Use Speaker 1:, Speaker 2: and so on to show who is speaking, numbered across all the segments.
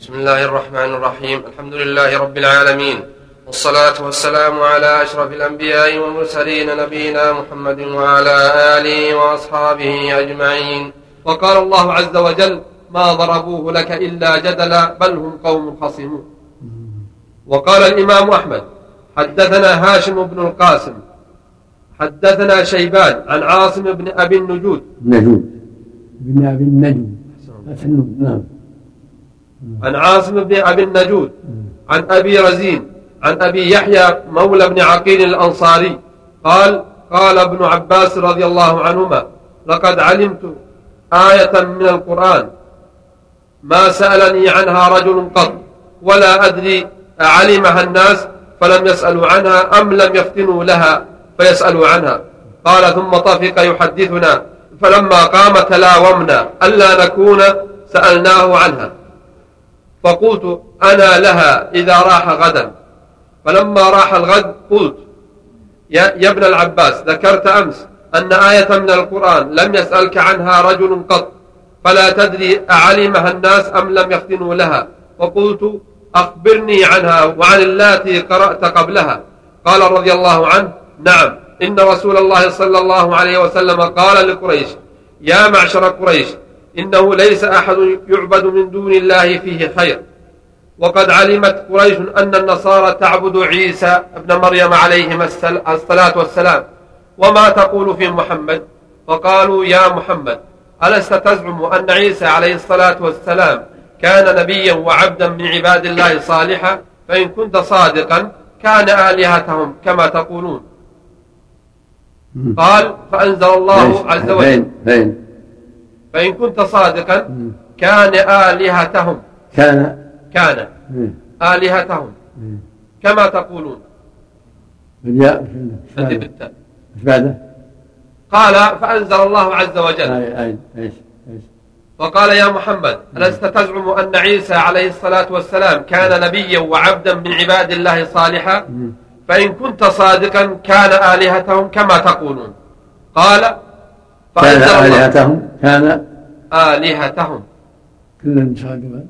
Speaker 1: بسم الله الرحمن الرحيم. الحمد لله رب العالمين، والصلاة والسلام على أشرف الأنبياء والمرسلين نبينا محمد وعلى آله وأصحابه أجمعين. وقال الله عز وجل: ما ضربوه لك إلا جدلا بل هم قوم خصمون. وقال الإمام أحمد: حدثنا هاشم بن القاسم حدثنا شيبان عن عاصم بن أبي النجود عن عاصم بن أبي النجود عن أبي رزين عن أبي يحيى مولى بن عقيل الأنصاري قال: قال ابن عباس رضي الله عنهما: لقد علمت آية من القرآن ما سألني عنها رجل قط ولا أدري أعلمها الناس فلم يسألوا عنها أم لم يفتنوا لها فيسألوا عنها. قال: ثم طفق يحدثنا، فلما قام تلاومنا ألا نكون سألناه عنها، فقلت: أنا لها إذا راح غدا. فلما راح الغد قلت: يا ابن العباس، ذكرت أمس أن آية من القرآن لم يسألك عنها رجل قط فلا تدري أعلمها الناس أم لم يفتنوا لها، وقلت: أخبرني عنها وعن اللاتي قرأت قبلها. قال رضي الله عنه: نعم، إن رسول الله صلى الله عليه وسلم قال لقريش: يا معشر قريش، إنه ليس أحد يعبد من دون الله فيه خير. وقد علمت قريش أن النصارى تعبد عيسى ابن مريم عليهما الصلاة والسلام، وما تقول في محمد؟ فقالوا: يا محمد، ألست تزعم أن عيسى عليه الصلاة والسلام كان نبيا وعبدا من عباد الله صالحا؟ فإن كنت صادقا كان آلهتهم كما تقولون. قال: فأنزل الله عز وجل: فإن كنت صادقا كان آلهتهم آلهتهم كما تقولون. قال: فأنزل الله عز وجل: وقال: يا محمد، ألست تزعم أن عيسى عليه الصلاة والسلام كان نبيا وعبدا من عباد الله صالحا؟ فإن كنت صادقا كان آلهتهم كما تقولون. قال:
Speaker 2: كان آلهتهم
Speaker 1: آلهتهم
Speaker 2: كل صادقا،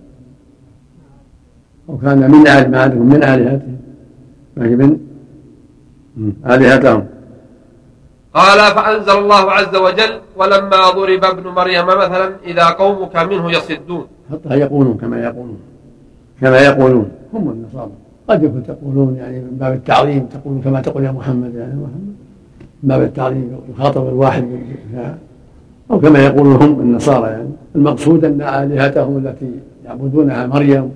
Speaker 2: وكان من آلهتهم من آلهتهم.
Speaker 1: قال: فأنزل الله عز وجل: ولما ضرب ابن مريم مثلا إذا قومك منه يصدون.
Speaker 2: حتى يقولون كما يقولون هم النصارى. قد يكون تقولون يعني من باب التعظيم، تقولون كما تقول يا محمد، يعني محمد من باب التعظيم يخاطب الواحد، أو كما يقولون هم النصارى. يعني المقصود أن آلهتهم التي يعبدونها مريم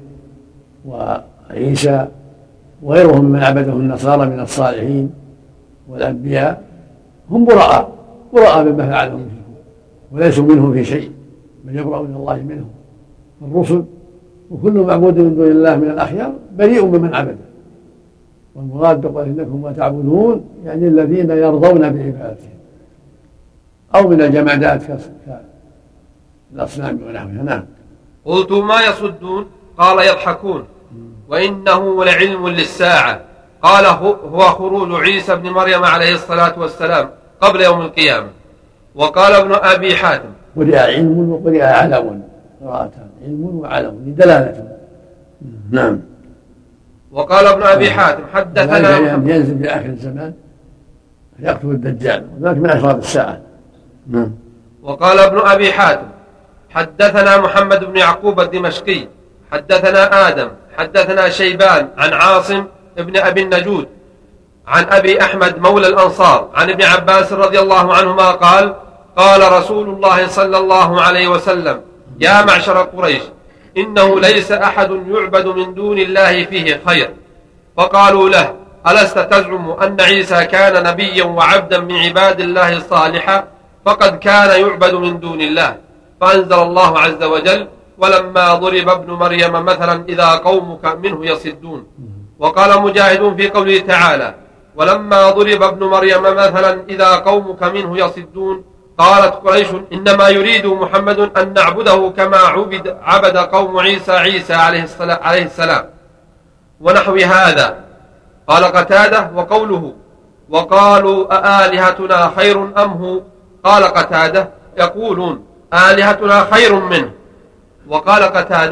Speaker 2: وعيسى وغيرهم من عبده النصارى من الصالحين والأنبياء هم براء بما فعلهم فيهم، وليسوا منه في شيء، بل يبرأ من الله منهم. الرسل وكل معبود من دون الله من الأخيار بريء ممن عبده. والمراد بقول إنكم ما تعبدون يعني الذين يرضون بعبادتهم، أو من الجمادات كالأصنام ونحوها. نعم.
Speaker 1: قلت: ما يصدون؟ قال: يضحكون، وإنه لعلم للساعة. قال: هو خروج عيسى بن مريم عليه الصلاة والسلام قبل يوم القيامة. وقال ابن أبي حاتم:
Speaker 2: قرئ علم وقرئ علم، قراءتان علم وعلم لدلالة. نعم.
Speaker 1: وقال ابن أبي حاتم: حدثنا
Speaker 2: ينزل في آخر الزمان يقتل الدجال، وذلك من أشراط الساعة. نعم.
Speaker 1: وقال ابن أبي حاتم: حدثنا محمد بن يعقوب الدمشقي حدثنا آدم حدثنا شيبان عن عاصم ابن أبي النجود عن أبي أحمد مولى الأنصار عن ابن عباس رضي الله عنهما قال: قال رسول الله صلى الله عليه وسلم: يا معشر قريش، إنه ليس أحد يعبد من دون الله فيه خير. فقالوا له: ألست تزعم أن عيسى كان نبيا وعبدا من عباد الله صالحا؟ فقد كان يعبد من دون الله. فأنزل الله عز وجل: ولما ضرب ابن مريم مثلا إذا قومك منه يصدون. وقال مجاهد في قوله تعالى: ولما ضرب ابن مريم مثلا إذا قومك منه يصدون، قالت قريش: إنما يريد محمد أن نعبده كما عبد قوم عيسى عليه السلام ونحو هذا. قال قتادة: وقوله: وقالوا أآلهتنا خير أم هو؟ قال قتادة: يقولون آلهتنا خير منه. وقال قتادة: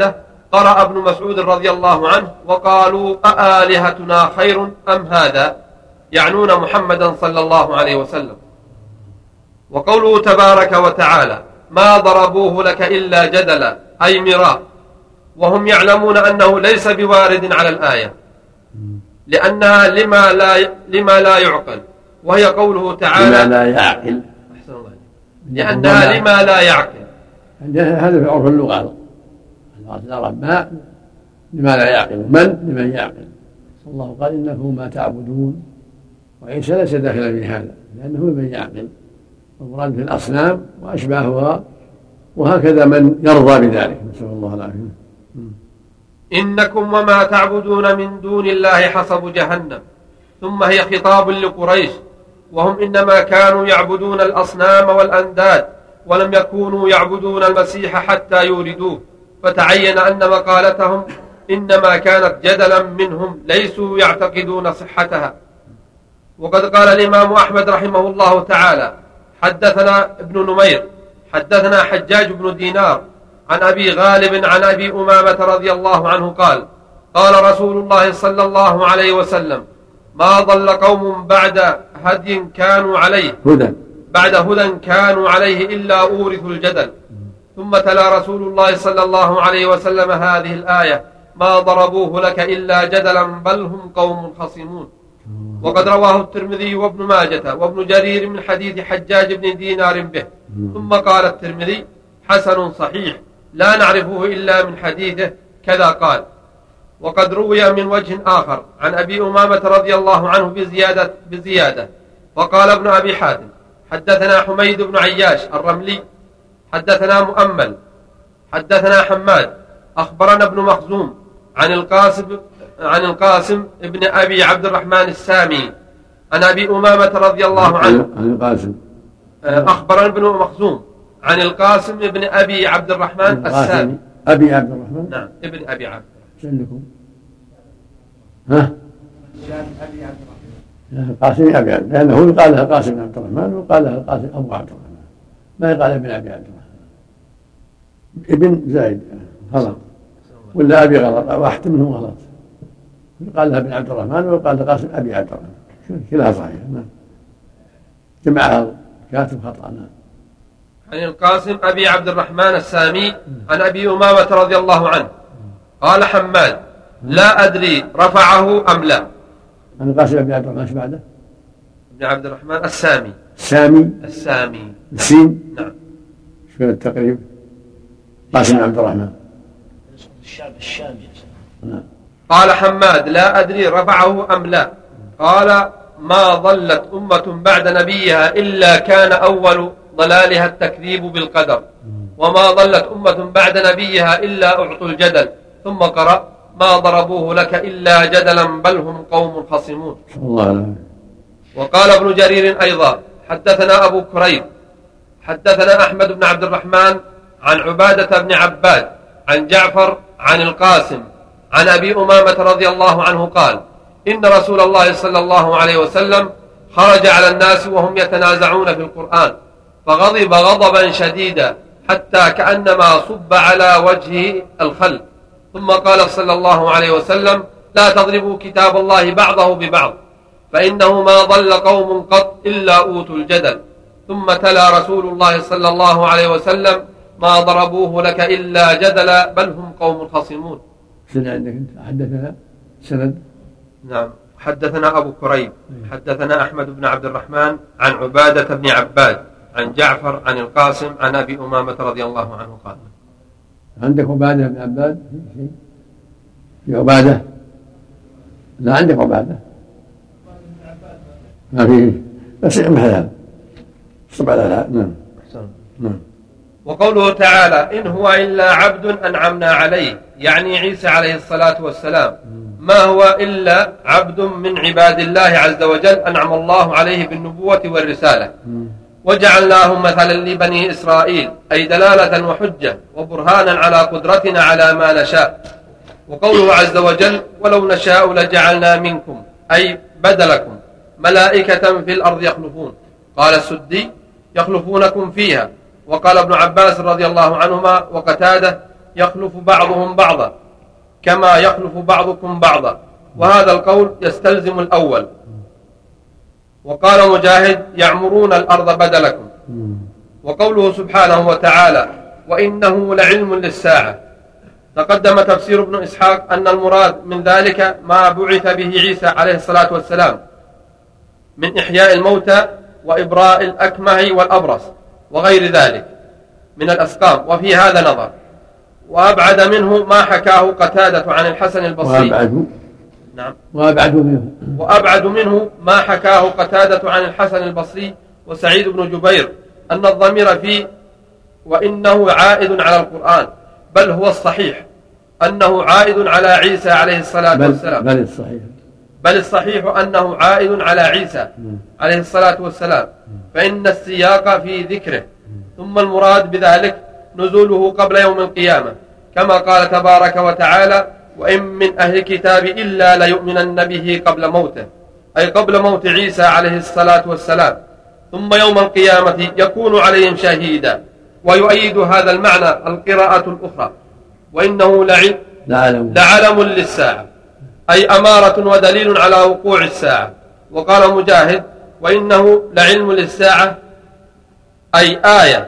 Speaker 1: قرأ ابن مسعود رضي الله عنه: وقالوا أآلهتنا خير أم هذا، يعنون محمدا صلى الله عليه وسلم. وقوله تبارك وتعالى: ما ضربوه لك إلا جدلا، أي مراء، وهم يعلمون أنه ليس بوارد على الآية لأنها لما لا يعقل، وهي قوله تعالى
Speaker 2: لما لا يعقل،
Speaker 1: لأنها لما لا يعقل.
Speaker 2: هذا في عرف اللغة، العرب ما لما لا يعقل، من لمن يعقل. الله قال: إنه ما تعبدون، وعيسى ليس داخلا في هذا لأنه من يعقل، والمراد في الأصنام وأشباهها، وهكذا من يرضى بذلك، نسأل الله العافية.
Speaker 1: إنكم وما تعبدون من دون الله حصب جهنم. ثم هي خطاب لقريش، وهم إنما كانوا يعبدون الأصنام والأنداد، ولم يكونوا يعبدون المسيح حتى يوردوه، فتعين أن مقالتهم إنما كانت جدلا منهم، ليسوا يعتقدون صحتها. وقد قال الإمام أحمد رحمه الله تعالى: حدثنا ابن نمير حدثنا حجاج بن دينار عن أبي غالب عن أبي أمامة رضي الله عنه قال: قال رسول الله صلى الله عليه وسلم: ما ضل قوم بعد هدى كانوا عليه إلا أورثوا الجدل. ثم تلا رسول الله صلى الله عليه وسلم هذه الآية: ما ضربوه لك إلا جدلا بل هم قوم خصمون. وقد رواه الترمذي وابن ماجة وابن جرير من حديث حجاج بن دينار به. ثم قال الترمذي: حسن صحيح، لا نعرفه إلا من حديثه، كذا قال. وقد روي من وجه آخر عن أبي أمامة رضي الله عنه بزيادة. وقال ابن أبي حاتم: حدثنا حميد بن عياش الرملي حدثنا مؤمل حدثنا حماد أخبرنا ابن مخزوم عن القاسم ابن أبي عبد الرحمن السامي عن أبي أمامة رضي الله عنه.
Speaker 2: عن القاسم
Speaker 1: أخبرنا ابن مخزوم عن القاسم ابن أبي عبد الرحمن السامي.
Speaker 2: أبي عبد الرحمن،
Speaker 1: نعم، ابن أبي عبد.
Speaker 2: عندكم ها؟ أبي عبد الرحمن، القاسم أبي عبد، لأنه يقال له القاسم بن عبد الرحمن ويقال له القاسم أبو عبد الرحمن، ما يقال ابن أبي عبد الرحمن. ابن زايد غلط، ولا أبي غلط، واحد منهم غلط، يقال له ابن عبد الرحمن ويقال له القاسم أبي عبد الرحمن، كلها صحيح. جمعها الكاتب خطأ.
Speaker 1: عن القاسم أبي عبد الرحمن السامي عن أبي أمامة رضي الله عنه قال حماد: لا أدري رفعه أم لا.
Speaker 2: عن القاسم أبي عبد الرحمن بعده
Speaker 1: ابن عبد الرحمن السامي. السامي
Speaker 2: السين.
Speaker 1: نعم.
Speaker 2: شو التقريب؟ قاسم عبد الرحمن
Speaker 3: الشامي.
Speaker 2: نعم.
Speaker 1: قال حماد: لا أدري رفعه أم لا. قال: ما ضلت أمة بعد نبيها إلا كان أول ضلالها التكذيب بالقدر، وما ضلت أمة بعد نبيها إلا أعطوا الجدل. ثم قرأ: ما ضربوه لك إلا جدلا بل هم قوم خصمون. وقال ابن جرير أيضا: حدثنا أبو كريب حدثنا أحمد بن عبد الرحمن عن عبادة بن عباد عن جعفر عن القاسم عن أبي أمامة رضي الله عنه قال: إن رسول الله صلى الله عليه وسلم خرج على الناس وهم يتنازعون في القرآن، فغضب غضبا شديدا حتى كأنما صب على وجهه الخل، ثم قال صلى الله عليه وسلم: لا تضربوا كتاب الله بعضه ببعض، فإنه ما ضل قوم قط إلا أوتوا الجدل. ثم تلا رسول الله صلى الله عليه وسلم: ما ضربوه لك إلا جدلا بل هم قوم خصمون.
Speaker 2: سند عندك أنت؟ حدثنا سند.
Speaker 1: نعم. حدثنا أبو كريب حدثنا أحمد بن عبد الرحمن عن عبادة بن عباد عن جعفر عن القاسم عن أبي أمامة رضي الله عنه قال.
Speaker 2: عندك عبادة بن عباد؟ في عبادة؟ لا عندك عبادة؟ ما فيه، بس مثلا صب على لا. نعم.
Speaker 1: وقوله تعالى: إن هو إلا عبد أنعمنا عليه، يعني عيسى عليه الصلاة والسلام، ما هو إلا عبد من عباد الله عز وجل أنعم الله عليه بالنبوة والرسالة، وجعلناه مثلا لبني إسرائيل، أي دلالة وحجة وبرهانا على قدرتنا على ما نشاء. وقوله عز وجل: ولو نشاء لجعلنا منكم، أي بدلكم ملائكة في الأرض يخلفون. قال السدي: يخلفونكم فيها. وقال ابن عباس رضي الله عنهما وقتاده: يخلف بعضهم بعضا كما يخلف بعضكم بعضا، وهذا القول يستلزم الأول. وقال مجاهد يعمرون الأرض بدلكم. وقوله سبحانه وتعالى وإنه لعلم للساعة، تقدم تفسير ابن إسحاق أن المراد من ذلك ما بعث به عيسى عليه الصلاة والسلام من إحياء الموتى وإبراء الأكمه والأبرص وغير ذلك من الأسقام، وفي هذا نظر. وأبعد منه ما حكاه قتادة عن الحسن البصري. وأبعد منه ما حكاه قتادة عن الحسن البصري وسعيد بن جبير أن الضمير فيه وإنه عائد على القرآن، بل هو الصحيح أنه عائد على عيسى عليه الصلاة والسلام. بل الصحيح أنه عائد على عيسى عليه الصلاة والسلام، فإن السياق في ذكره، ثم المراد بذلك نزوله قبل يوم القيامة، كما قال تبارك وتعالى وإن من أهل الكتاب إلا ليؤمنن به قبل موته، أي قبل موت عيسى عليه الصلاة والسلام، ثم يوم القيامة يكون عليهم شهيدا. ويؤيد هذا المعنى القراءة الأخرى وإنه لعلم للساعة، أي أمارة ودليل على وقوع الساعة. وقال مجاهد وإنه لعلم للساعة أي آية،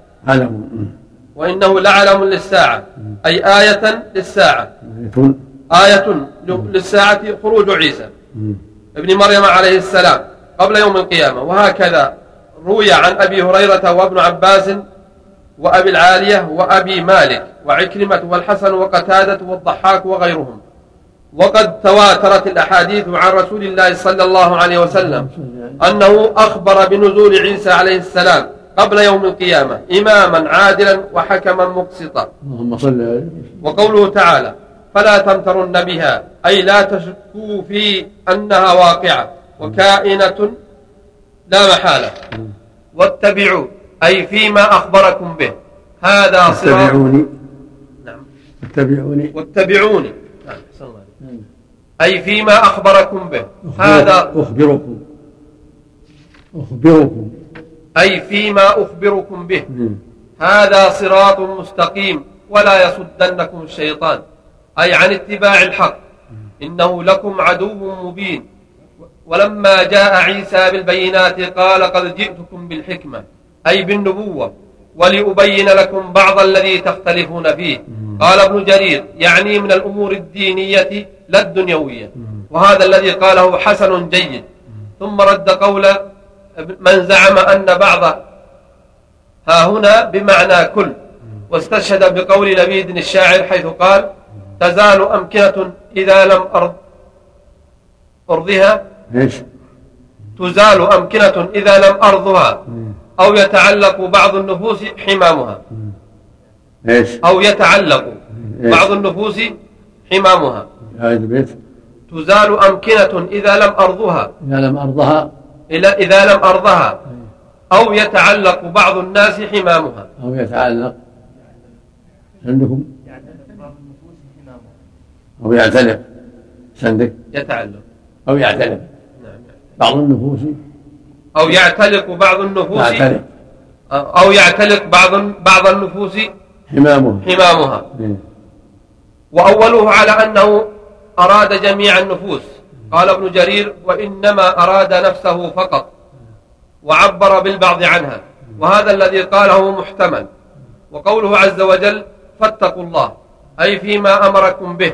Speaker 1: وإنه لعلم للساعة أي آية للساعة، آية للساعة خروج عيسى ابن مريم عليه السلام قبل يوم القيامة. وهكذا روي عن أبي هريرة وابن عباس وأبي العالية وأبي مالك وعكرمة والحسن وقتادة والضحاك وغيرهم. وقد تواترت الأحاديث عن رسول الله صلى الله عليه وسلم أنه أخبر بنزول عيسى عليه السلام قبل يوم القيامة إماما عادلا وحكما مقسطا. وقوله تعالى فلا تمترن بها، أي لا تشكوا في أنها واقعة وكائنة لا محالة. واتبعوا أي فيما أخبركم به، هذا صراط. واتبعوني أي فيما أخبركم به، هذا أخبركم أي فيما أخبركم به، هذا صراط مستقيم ولا يصدنكم الشيطان، أي عن اتباع الحق، إنه لكم عدو مبين. ولما جاء عيسى بالبينات قال قد جئتكم بالحكمة أي بالنبوة ولأبين لكم بعض الذي تختلفون فيه. قال ابن جرير يعني من الأمور الدينية لا الدنيوية، وهذا الذي قاله حسن جيد. ثم رد قول من زعم أن بعض ها هنا بمعنى كل، واستشهد بقول لبيد الشاعر حيث قال تزال أمكنة إذا لم أرضها، تزال أمكنة إذا لم أرضها، أو يتعلق بعض النفوس حمامها، أو يتعلق بعض النفوس حمامها. تزال أمكنة إذا لم أرضها، إذا لم أرضها، أو يتعلق بعض الناس حمامها،
Speaker 2: أو يتعلق عندكم، أو يعتلق سندك،
Speaker 1: يتعلق
Speaker 2: أو يعتلق بعض النفوس،
Speaker 1: أو يعتلق بعض النفوس، أو يعتلق بعض النفوس حمامها. وأوله على أنه أراد جميع النفوس. قال ابن جرير وإنما أراد نفسه فقط، وعبر بالبعض عنها، وهذا الذي قاله محتمل. وقوله عز وجل فاتقوا الله أي فيما أمركم به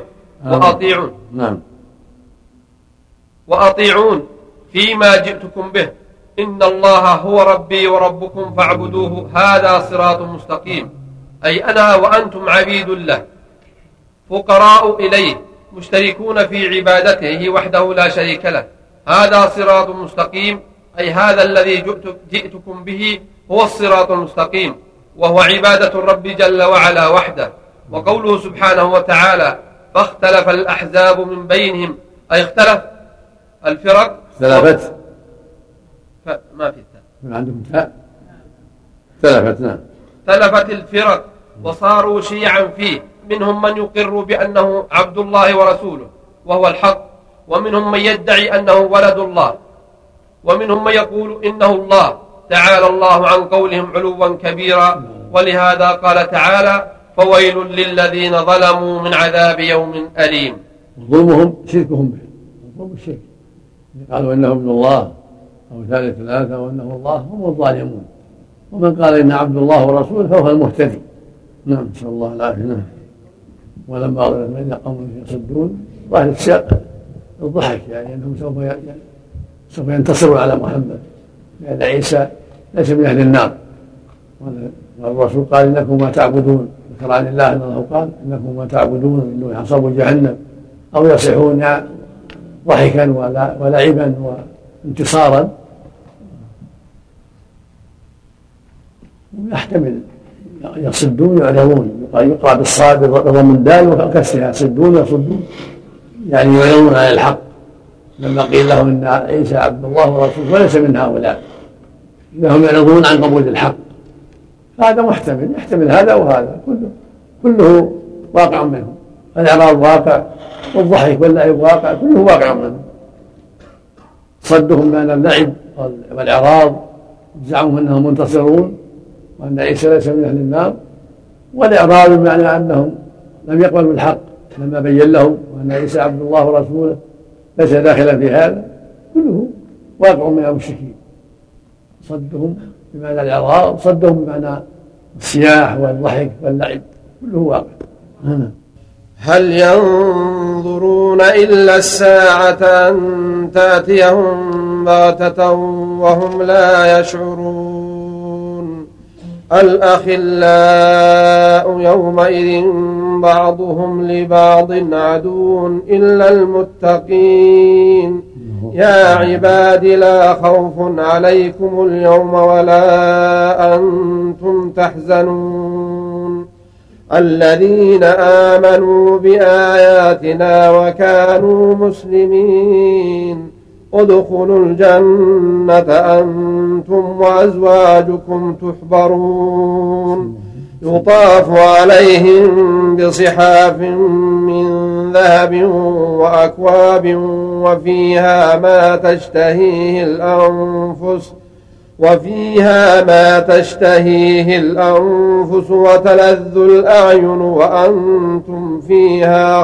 Speaker 1: وأطيعون فيما جئتكم به، إن الله هو ربي وربكم فاعبدوه، هذا صراط مستقيم، أي أنا وأنتم عبيد له فقراء إليه مشتركون في عبادته وحده لا شريك له، هذا صراط مستقيم، أي هذا الذي جئتكم به هو الصراط المستقيم، وهو عبادة الرب جل وعلا وحده. وقوله سبحانه وتعالى فاختلف الأحزاب من بينهم، أي اختلف الفرق،
Speaker 2: اختلفت
Speaker 1: ما في
Speaker 2: عندكم اختلفت
Speaker 1: اختلفت الفرق وصاروا شيعا فيه، منهم من يقر بأنه عبد الله ورسوله وهو الحق، ومنهم من يدعي أنه ولد الله، ومنهم من يقول إنه الله، تعالى الله عن قولهم علوا كبيرا. ولهذا قال تعالى فويل للذين ظلموا من عذاب يوم أليم.
Speaker 2: ظلمهم شركهم به، ظلم الشرك، قالوا إنه ابن الله أو ثالث ثلاثة وإنه الله، هم الظالمون. ومن قال إن عبد الله ورسوله فهو المهتدي. نعم، نسأل الله العافية. نعم. ولما ظلت من قوم يصدون ظاهر السياق الضحك، يعني أنهم سوف ينتصروا على محمد، لأن عيسى ليس من أهل النار. والرسول قال إنكم ما تعبدون، ذكر عن الله أنه قال إنكم ما تعبدون إنه حصب جهنم، أو يصيحون ضحكا ولعبا وانتصارا. ويحتمل يصدون يعرضون، يقرأ بالصاد بضم الدال وكسرها، يصدون يصدون، يعني يعرضون عن الحق. لما قيل لهم إن عيسى عبد الله ورسوله وليس من هؤلاء، إنهم يعرضون عن قبول الحق. هذا محتمل، يحتمل هذا وهذا، كله واقع منهم. الإعراض واقع، والضحك واللعب واقع، كله واقع منهم. صدهم بين اللعب والإعراض، زعموا أنهم منتصرون وأن عيسى ليس من أهل النار، والإعراض بمعنى أنهم لم يقبلوا الحق لما بين لهم وأن عيسى عبد الله ورسوله ليس داخلا في هذا، كله واقع من المشركين. صدهم بمعنى الإعراض، صدهم بمعنى الصياح والضحك واللعب، كله واقع.
Speaker 1: هل ينظرون إلا الساعة أن تأتيهم بغتة وهم لا يشعرون. الأخلاء يومئذ بعضهم لبعض عدو إلا المتقين. يا عباد لا خوف عليكم اليوم ولا أنتم تحزنون الذين آمنوا بآياتنا وكانوا مسلمين ادخلوا الجنة أنتم وأزواجكم تحبرون يطاف عليهم بصحاف من ذهب وأكواب وفيها ما تشتهيه الأنفس وتلذ الأعين وأنتم فيها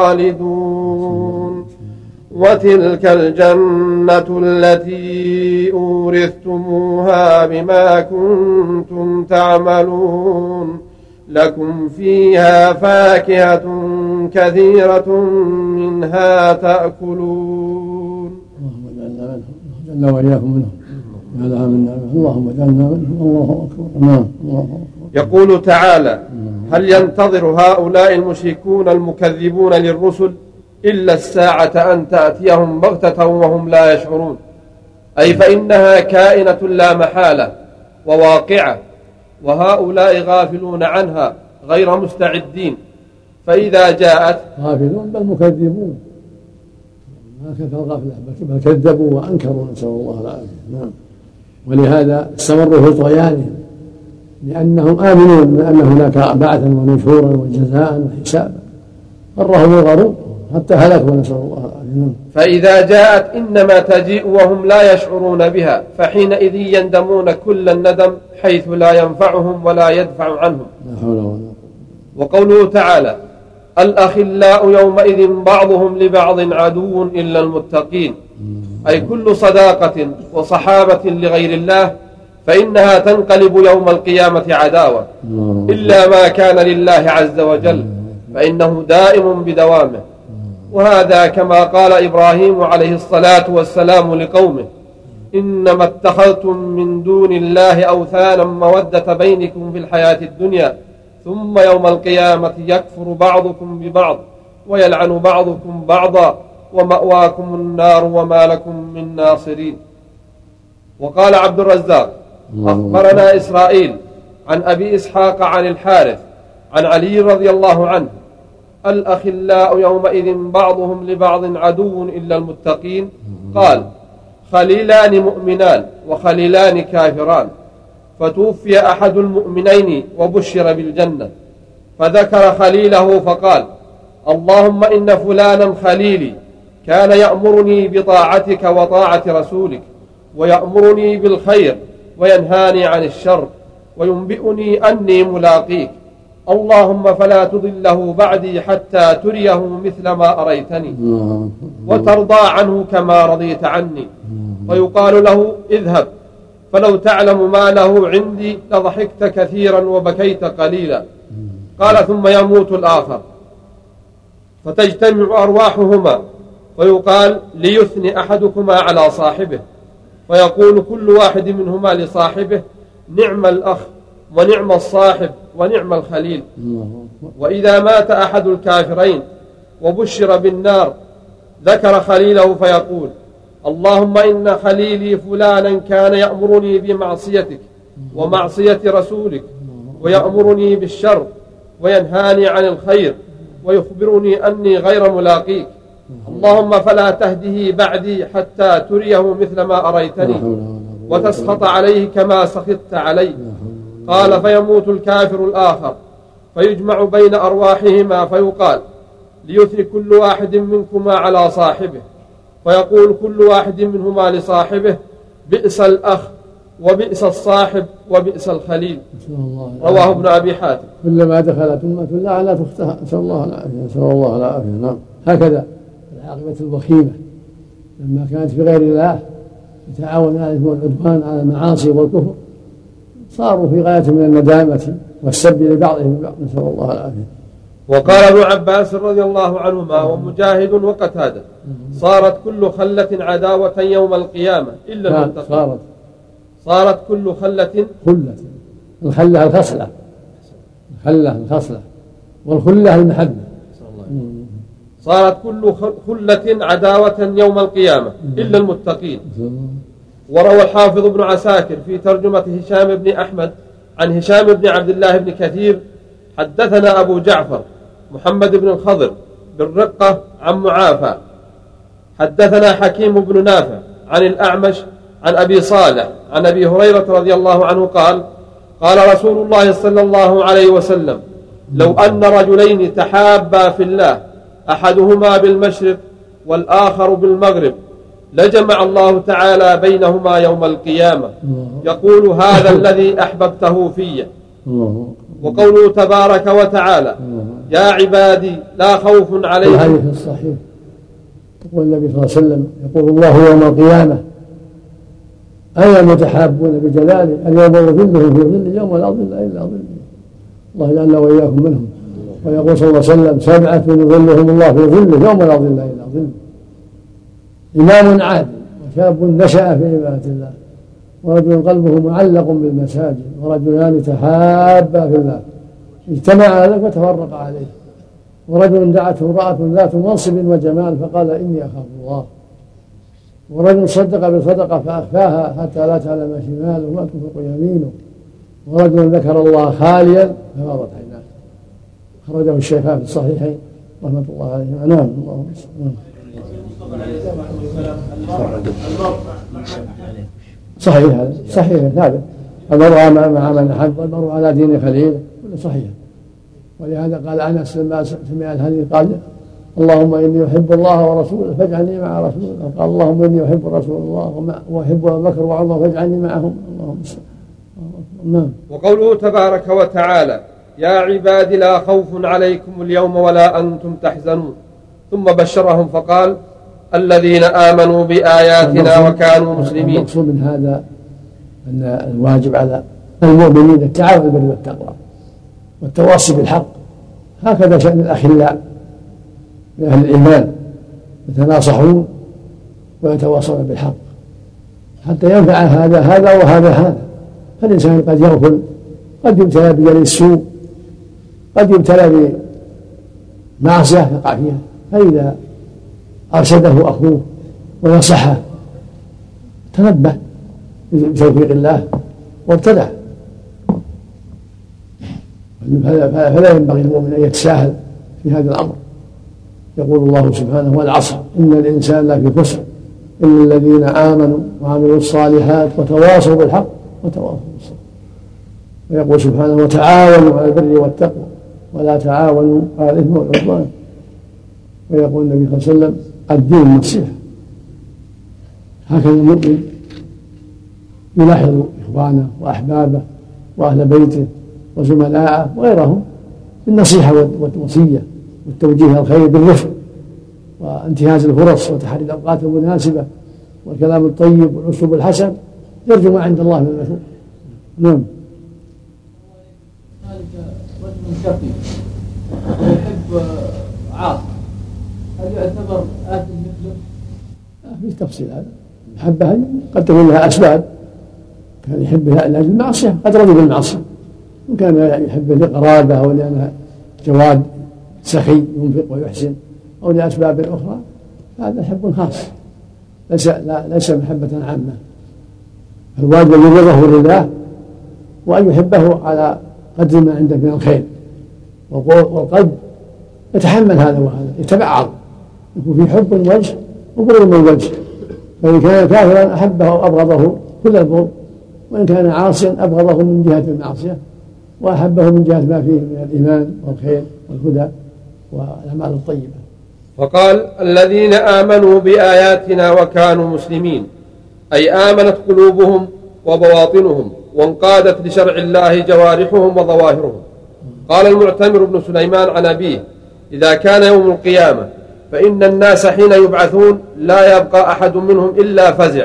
Speaker 1: خالدون وتلك الجنة التي أورثتموها بما كنتم تعملون لكم فيها فاكهة كثيرة منها تأكلون.
Speaker 2: اللهم وإياكم منهم. اللهم اجعلنا منهم. الله أكبر.
Speaker 1: يقول تعالى: هل ينتظر هؤلاء المشركون المكذبون للرسل إلا الساعة أن تأتيهم بغتة وهم لا يشعرون، أي فإنها كائنة لا محالة وواقعة، وهؤلاء غافلون عنها غير مستعدين، فإذا جاءت
Speaker 2: غافلون بل مكذبون، ما كثر الغفلة بل كذبوا وأنكروا، نسأل الله العافية. ولهذا استمروا في طغيانهم، لأنهم آمنون بأن هناك بعثا ونشورا وجزاء وحسابا، غرهم الغرور حتى هلكوا، نسأل الله العافية.
Speaker 1: فإذا جاءت إنما تجيء وهم لا يشعرون بها، فحينئذ يندمون كل الندم حيث لا ينفعهم ولا يدفع عنهم.
Speaker 2: لا حول ولا قوة.
Speaker 1: وقوله تعالى: الأخلاء يومئذ بعضهم لبعض عدو إلا المتقين، أي كل صداقة وصحابة لغير الله فإنها تنقلب يوم القيامة عداوة، إلا ما كان لله عز وجل فإنه دائم بدوامه. وهذا كما قال إبراهيم عليه الصلاة والسلام لقومه: إنما اتخذتم من دون الله أوثانا مودة بينكم في الحياة الدنيا ثم يوم القيامة يكفر بعضكم ببعض ويلعن بعضكم بعضا ومأواكم النار وما لكم من ناصرين. وقال عبد الرزاق: أخبرنا إسرائيل عن أبي إسحاق عن الحارث عن علي رضي الله عنه: الأخلاء يومئذ بعضهم لبعض عدو إلا المتقين. قال: خليلان مؤمنان وخليلان كافران، فتوفي أحد المؤمنين وبشر بالجنة، فذكر خليله فقال: اللهم إن فلانا خليلي كان يأمرني بطاعتك وطاعة رسولك، ويأمرني بالخير وينهاني عن الشر، وينبئني أني ملاقيك، اللهم فلا تضله بعدي حتى تريه مثل ما أريتني وترضى عنه كما رضيت عني. ويقال له اذهب فلو تعلم ما له عندي لضحكت كثيرا وبكيت قليلا. قال ثم يموت الآخر فتجتمع أرواحهما ويقال ليثني أحدكما على صاحبه، فيقول كل واحد منهما لصاحبه نعم الأخ ونعم الصاحب ونعم الخليل. وإذا مات أحد الكافرين وبشر بالنار ذكر خليله فيقول اللهم إن خليلي فلانا كان يأمرني بمعصيتك ومعصية رسولك ويأمرني بالشر وينهاني عن الخير ويخبرني أني غير ملاقيك، اللهم فلا تهده بعدي حتى تريه مثل ما أريتني وتسخط عليه كما سخطت علي. قال فيموت الكافر الآخر فيجمع بين أرواحهما فيقال ليثني كل واحد منكما على صاحبه، فيقول كل واحد منهما لصاحبه بئس الأخ وبئس الصاحب وبئس الخليل. رواه ابن أبي حاتم.
Speaker 2: كلما دخلت أمة لعنت أختها، نسأل الله العافية، نسأل الله العافية. نعم، هكذا العاقبة الوخيمة لما كانت في غير الله يتعاون على الإثم والعدوان على المعاصي والكفر صاروا في غاية من الندامة والسب لبعضهم ببعض، نسأل الله العافية.
Speaker 1: وقال ابن عباس رضي الله عنهما ومجاهد وقتادة صارت كل خلة عداوة يوم القيامة إلا المتقين. صارت كل خلة
Speaker 2: الخلة الخصلة، الخصلة والخلة المحبة.
Speaker 1: صارت كل خلة عداوة يوم القيامة إلا المتقين. وروى الحافظ ابن عساكر في ترجمة هشام بن أحمد عن هشام بن عبد الله بن كثير حدثنا أبو جعفر محمد بن الخضر بالرقة عن معافى حدثنا حكيم بن نافع عن الأعمش عن أبي صالح عن أبي هريرة رضي الله عنه قال قال رسول الله صلى الله عليه وسلم لو أن رجلين تحابا في الله أحدهما بالمشرق والآخر بالمغرب لجمع الله تعالى بينهما يوم القيامة يقول هذا الذي أحببته في. وقوله تبارك وتعالى يا عبادي لا خوف عليكم.
Speaker 2: الحديث الصحيح يقول النبي صلى الله عليه وسلم يقول الله يوم القيامة أين المتحابون بجلاله اليوم ظلهم في ظل يوم لا ظل إلا ظله، الله يجعلنا وإياكم منهم. ويقول صلى الله عليه وسلم 7 يظلهم الله في ظله يوم لا ظل إلا ظله، إمام عادل وشاب نشأ في عبادة الله ورجل قلبه معلق بالمساجد ورجلان تحابا في الله اجتمع على ذلك وتفرق عليه، ورجل دعته امرأة ذات منصب وجمال فقال إني أخاف الله، ورجل صدق بصدقة فأخفاها حتى لا تعلم شماله ما تنفق يمينه، ورجل ذكر الله خاليا ففاضت عيناه. خرجه الشيخان في الصحيحين رحمة الله عليهم. نعم اللهم صحيح، هذا صحيح ثابت. المرء مع من أحب والمرء على دين خليله كله صحيح. ولهذا قال أنس لما سمع الحديث قال اللهم إني أحب الله ورسوله فاجعلني مع رسوله، قال اللهم إني أحب رسول الله وأحب أبا بكر وعمر فاجعلني معهم. اللهم نعم.
Speaker 1: وقوله تبارك وتعالى يا عبادي لا خوف عليكم اليوم ولا أنتم تحزنون ثم بشرهم فقال الذين آمنوا بآياتنا وكانوا مسلمين.
Speaker 2: المقصود من هذا أن الواجب على المؤمنين التعاون بالبر والتقوى والتواصي بالحق، هكذا شأن الأخلاء من أهل الإيمان يتناصحون ويتواصون بالحق حتى ينفع هذا وهذا. فالإنسان قد يغفل، قد يبتلى بجلي السوء، قد يبتلى بمعصية يقع فيها، فإذا أرشده أخوه ونصحه تنبه بتوفيق الله وابتدع. فلا ينبغي المؤمن أن يتساهل في هذا الأمر. يقول الله سبحانه والعصر إن الإنسان لفي خسر إلا الذين آمنوا وعملوا الصالحات وتواصوا بالحق وتواصوا بالصبر. ويقول سبحانه وتعاونوا على البر والتقوى ولا تعاونوا على الإثم والعدوان. ويقول النبي صلى الله عليه وسلم الدين النصيحة. هكذا المؤمن يلاحظ إخوانه وأحبابه وأهل بيته وزملائه وغيرهم بالنصيحة والوصية والتوجيه الخير بالرفق وانتهاز الفرص وتحري الأوقات المناسبة والكلام الطيب والأسلوب الحسن، يرجو ما عند الله من المثوب. نعم.
Speaker 4: رجل شقي ويحب عاصي، هل يعتبر آثم مثله؟
Speaker 2: في تفصيل هذا. المحبة قد تكون لها أسباب، كان يحبها لأجل المعصية قد رضي بالمعصية، وكان يحبه لقرابة أو لأنها جواد سخي ينفق ويحسن أو لأسباب أخرى، هذا حب خاص ليس محبة عامة. الواجب أن يبغضه لله وأن يحبه على قدر ما عنده من الخير، والقلب يتحمل هذا وهذا، يتبعض، يكون في حب الوجه وبغض من الوجه، فإن كان كافرا أحبه وأبغضه كل البغض، وإن كان عاصيا أبغضه من جهة المعصية وأحبه من جهة ما فيه من الإيمان والخير والهدى والأعمال الطيبة.
Speaker 1: وقال: الذين آمنوا بآياتنا وكانوا مسلمين، أي آمنت قلوبهم وبواطنهم وانقادت لشرع الله جوارحهم وظواهرهم. قال المعتمر بن سليمان عن أبيه: إذا كان يوم القيامة فإن الناس حين يبعثون لا يبقى أحد منهم إلا فزع،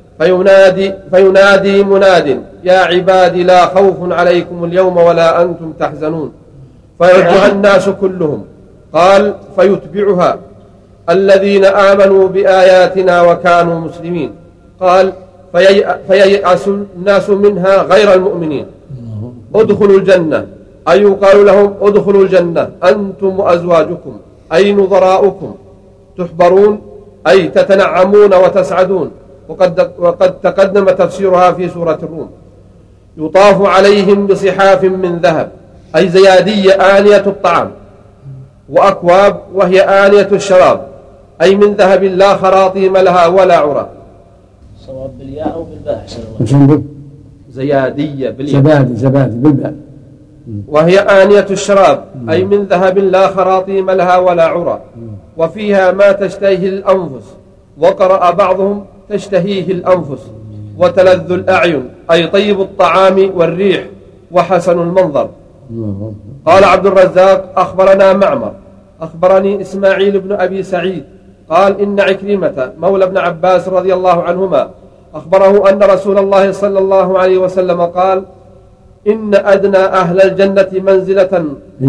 Speaker 1: فينادي مناد: يا عبادي لا خوف عليكم اليوم ولا أنتم تحزنون، فيرجع الناس كلهم. قال: فيتبعها الذين آمنوا بآياتنا وكانوا مسلمين. قال: فييأس الناس منها غير المؤمنين. ادخلوا الجنة، أي يقال لهم: ادخلوا الجنة أنتم وأزواجكم، أي نظراؤكم، تحبرون، أي تتنعمون وتسعدون. وقد تقدم تفسيرها في سورة الروم. يطاف عليهم بصحاف من ذهب، أي زيادية آنية الطعام، وأكواب وهي آنية الشراب، أي من ذهب لا خراطيم لها ولا عرى.
Speaker 3: صواب بالياء أو بالباء أحسن الله.
Speaker 1: زيادية بالياء،
Speaker 2: زبادي بالباء.
Speaker 1: وهي آنية الشراب، أي من ذهب لا خراطيم لها ولا عرى، وفيها ما تشتهيه الأنفس. وقرأ بعضهم: تشتهيه الأنفس وتلذ الأعين، أي طيب الطعام والريح وحسن المنظر. قال عبد الرزاق: أخبرنا معمر أخبرني إسماعيل بن أبي سعيد قال: إن عكرمة مولى ابن عباس رضي الله عنهما أخبره أن رسول الله صلى الله عليه وسلم قال: إن أدنى أهل الجنة منزلة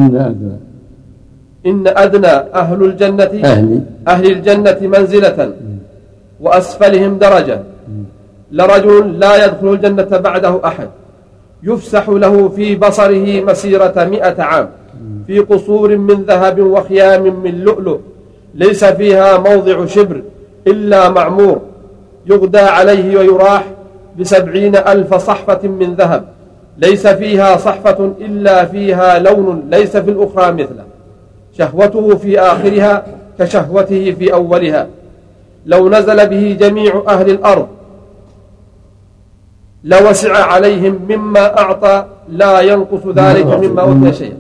Speaker 1: إن أدنى أهل الجنة منزلة وأسفلهم درجة لرجل لا يدخل الجنة بعده أحد، يفسح له في بصره مسيرة 100 عام في قصور من ذهب وخيام من لؤلؤ، ليس فيها موضع شبر إلا معمور، يغدى عليه ويراح ب70,000 صحفة من ذهب، ليس فيها صحفة إلا فيها لون ليس في الأخرى مثله، شهوته في آخرها كشهوته في أولها. لو نزل به جميع أهل الأرض لوسع عليهم مما أعطى لا ينقص ذلك مما أوتي شيئا.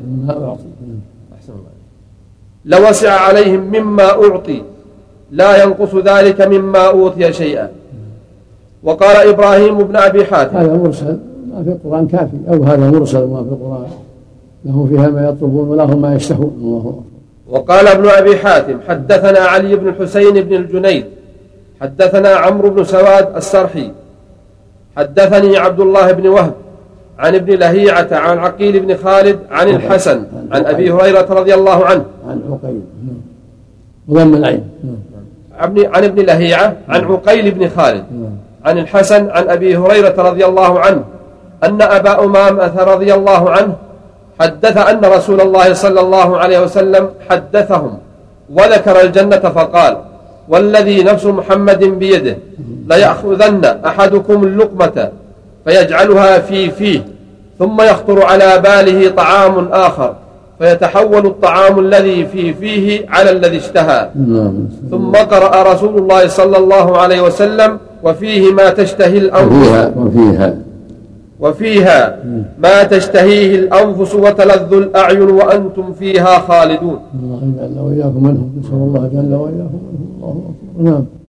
Speaker 1: لوسع عليهم مما أعطي لا ينقص ذلك مما أوتي شيئا. وقال إبراهيم بن أبي حاتم:
Speaker 2: هذا مرسل ما في القرآن كافي، أو هذا مرسل ما في القرآن، لهم فيها ما يطلبون ولهم ما يشتهون. الله أكبر.
Speaker 1: وقال ابن أبي حاتم: حدثنا علي بن الحسين بن الجنيد حدثنا عمرو بن سواد السرحي حدثني عبد الله بن وهب عن ابن لهيعة عن عقيل بن خالد عن الحسن عن أبي هريرة رضي الله عنه
Speaker 2: عن عقيل وضم العين
Speaker 1: عن ابن لهيعة عن عقيل بن خالد عن الحسن عن أبي هريرة رضي الله عنه أن أبا أمامة رضي الله عنه حدث أن رسول الله صلى الله عليه وسلم حدثهم وذكر الجنة فقال: والذي نفس محمد بيده ليأخذن أحدكم اللقمة فيجعلها في فيه ثم يخطر على باله طعام آخر فيتحول الطعام الذي في فيه على الذي اشتهى. ثم قرأ رسول الله صلى الله عليه وسلم: وفيه ما تشتهي الأنفس وفيها ما تشتهيه الأنفس وتلذ الأعين وأنتم فيها خالدون.
Speaker 2: الله يجعلنا وإياكم منهم، نسأل الله جل وإياكم منهم. الله أكبر. نعم.